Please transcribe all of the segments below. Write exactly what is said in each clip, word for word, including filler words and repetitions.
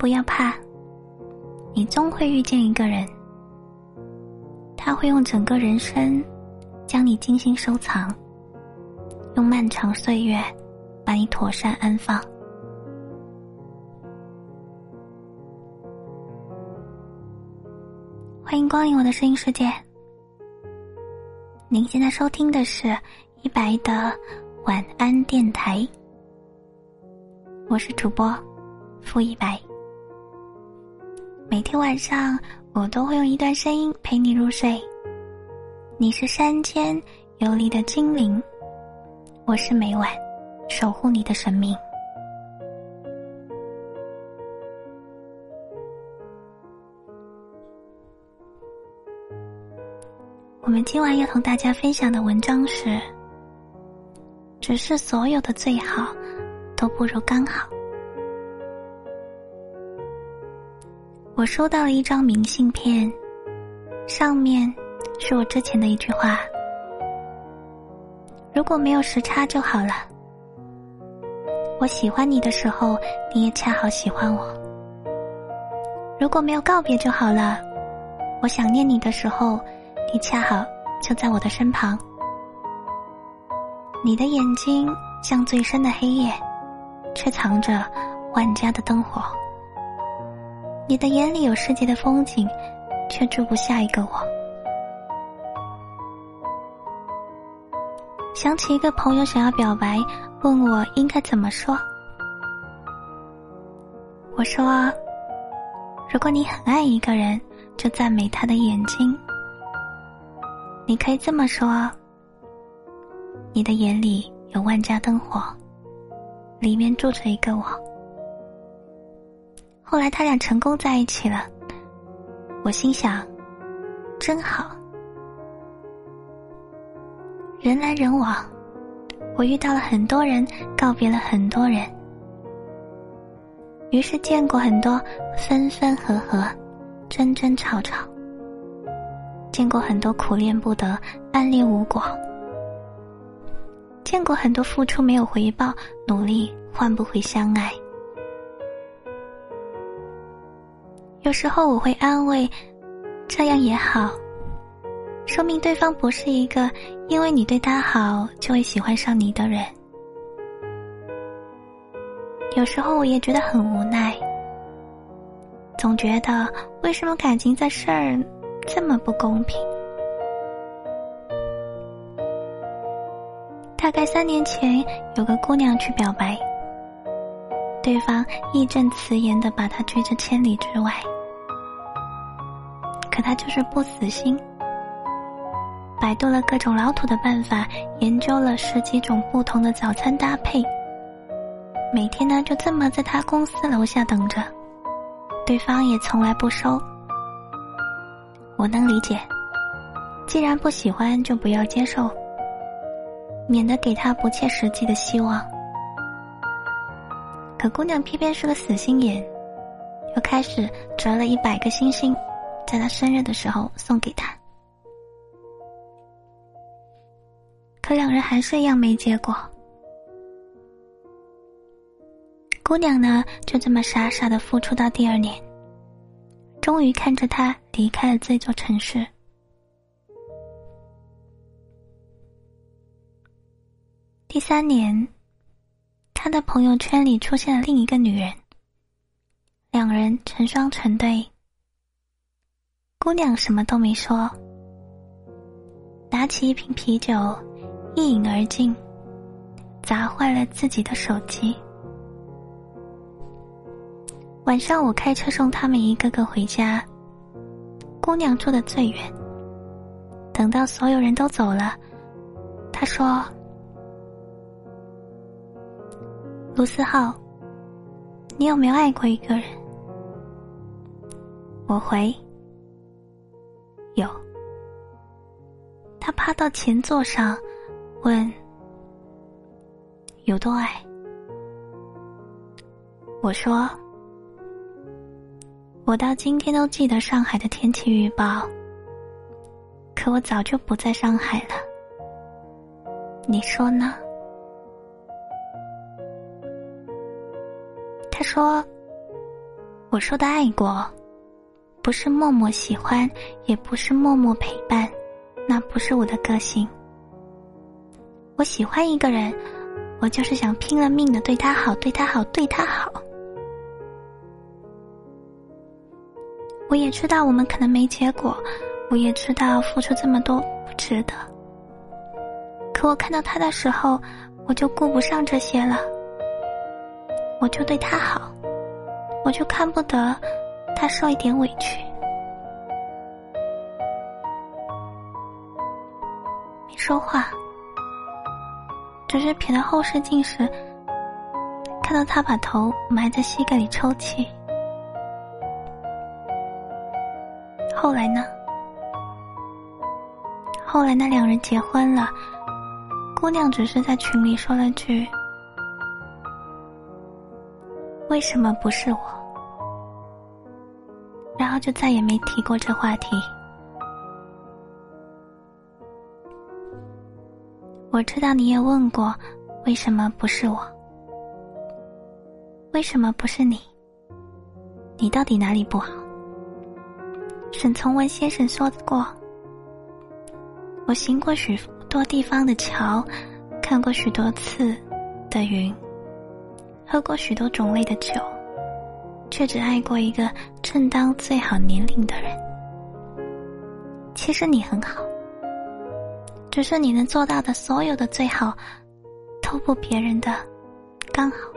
要怕，你终会遇见一个人，他会用整个人生将你精心收藏，用漫长岁月把你妥善安放。欢迎光临我的声音世界，您现在收听的是一白的晚安电台，我是主播付一白。每天晚上我都会用一段声音陪你入睡，你是山间游离的精灵，我是每晚守护你的神明。我们今晚要同大家分享的文章是，只是所有的最好都不如刚好。我收到了一张明信片，上面是我之前的一句话：如果没有时差就好了，我喜欢你的时候你也恰好喜欢我。如果没有告别就好了，我想念你的时候你恰好就在我的身旁。你的眼睛像最深的黑夜，却藏着万家的灯火。你的眼里有世界的风景，却住不下一个我。想起一个朋友想要表白，问我应该怎么说。我说，如果你很爱一个人，就赞美他的眼睛。你可以这么说，你的眼里有万家灯火，里面住着一个我。后来他俩成功在一起了，我心想，真好。人来人往，我遇到了很多人，告别了很多人，于是见过很多分分合合，争争吵吵，见过很多苦恋不得，暗恋无果，见过很多付出没有回报，努力换不回相爱。有时候我会安慰，这样也好，说明对方不是一个因为你对他好就会喜欢上你的人。有时候我也觉得很无奈，总觉得为什么感情这事儿这么不公平。大概三年前有个姑娘去表白，对方义正辞严地把她拒至千里之外，可她就是不死心，百度了各种老土的办法，研究了十几种不同的早餐搭配，每天呢就这么在她公司楼下等着，对方也从来不收。我能理解，既然不喜欢就不要接受，免得给他不切实际的希望。可姑娘偏偏是个死心眼，又开始折了一百个星星，在他生日的时候送给他。可两人还是一样没结果。姑娘呢，就这么傻傻地付出到第二年，终于看着他离开了这座城市。第三年，他的朋友圈里出现了另一个女人，两人成双成对。姑娘什么都没说，拿起一瓶啤酒一饮而尽，砸坏了自己的手机。晚上我开车送他们一个个回家，姑娘住得最远。等到所有人都走了，她说，卢思浩，你有没有爱过一个人？我回，有。他趴到前座上问，有多爱？我说，我到今天都记得上海的天气预报，可我早就不在上海了，你说呢？他说， 我说的爱过，不是默默喜欢，也不是默默陪伴，那不是我的个性。我喜欢一个人，我就是想拼了命的对他好，对他好，对他好。我也知道我们可能没结果，我也知道付出这么多不值得，可我看到他的时候，我就顾不上这些了，我就对他好，我就看不得他受一点委屈。没说话，只是瞥到后视镜时，看到他把头埋在膝盖里抽泣。后来呢？后来那两人结婚了，姑娘只是在群里说了句：“为什么不是我？”然后就再也没提过这话题。我知道你也问过，为什么不是我？为什么不是你？你到底哪里不好？沈从文先生说过，我行过许多地方的桥，看过许多次的云，喝过许多种类的酒，却只爱过一个正当最好年龄的人。其实你很好，只是你能做到的所有的最好，都不别人的刚好。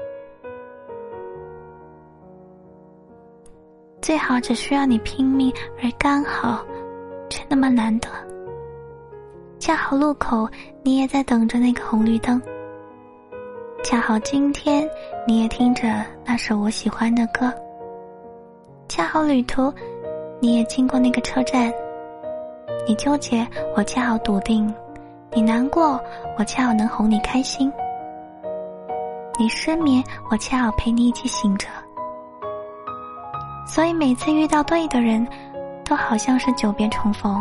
最好只需要你拼命，而刚好却那么难得。恰好路口你也在等着那个红绿灯，恰好今天你也听着那首我喜欢的歌，恰好旅途你也经过那个车站。你纠结，我恰好笃定；你难过，我恰好能哄你开心；你失眠，我恰好陪你一起醒着。所以每次遇到对的人，都好像是久别重逢。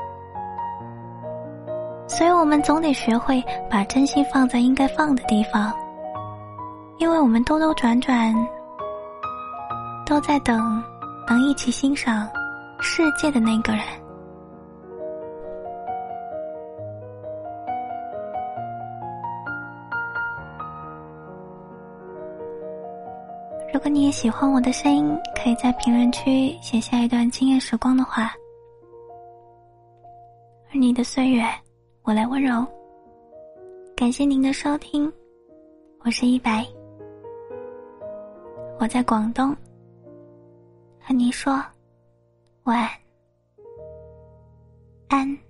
所以我们总得学会把真心放在应该放的地方，因为我们兜兜转转，都在等能一起欣赏世界的那个人。如果你也喜欢我的声音，可以在评论区写下一段惊艳时光的话。而你的岁月，我来温柔。感谢您的收听，我是一白，我在广东，和您说晚安。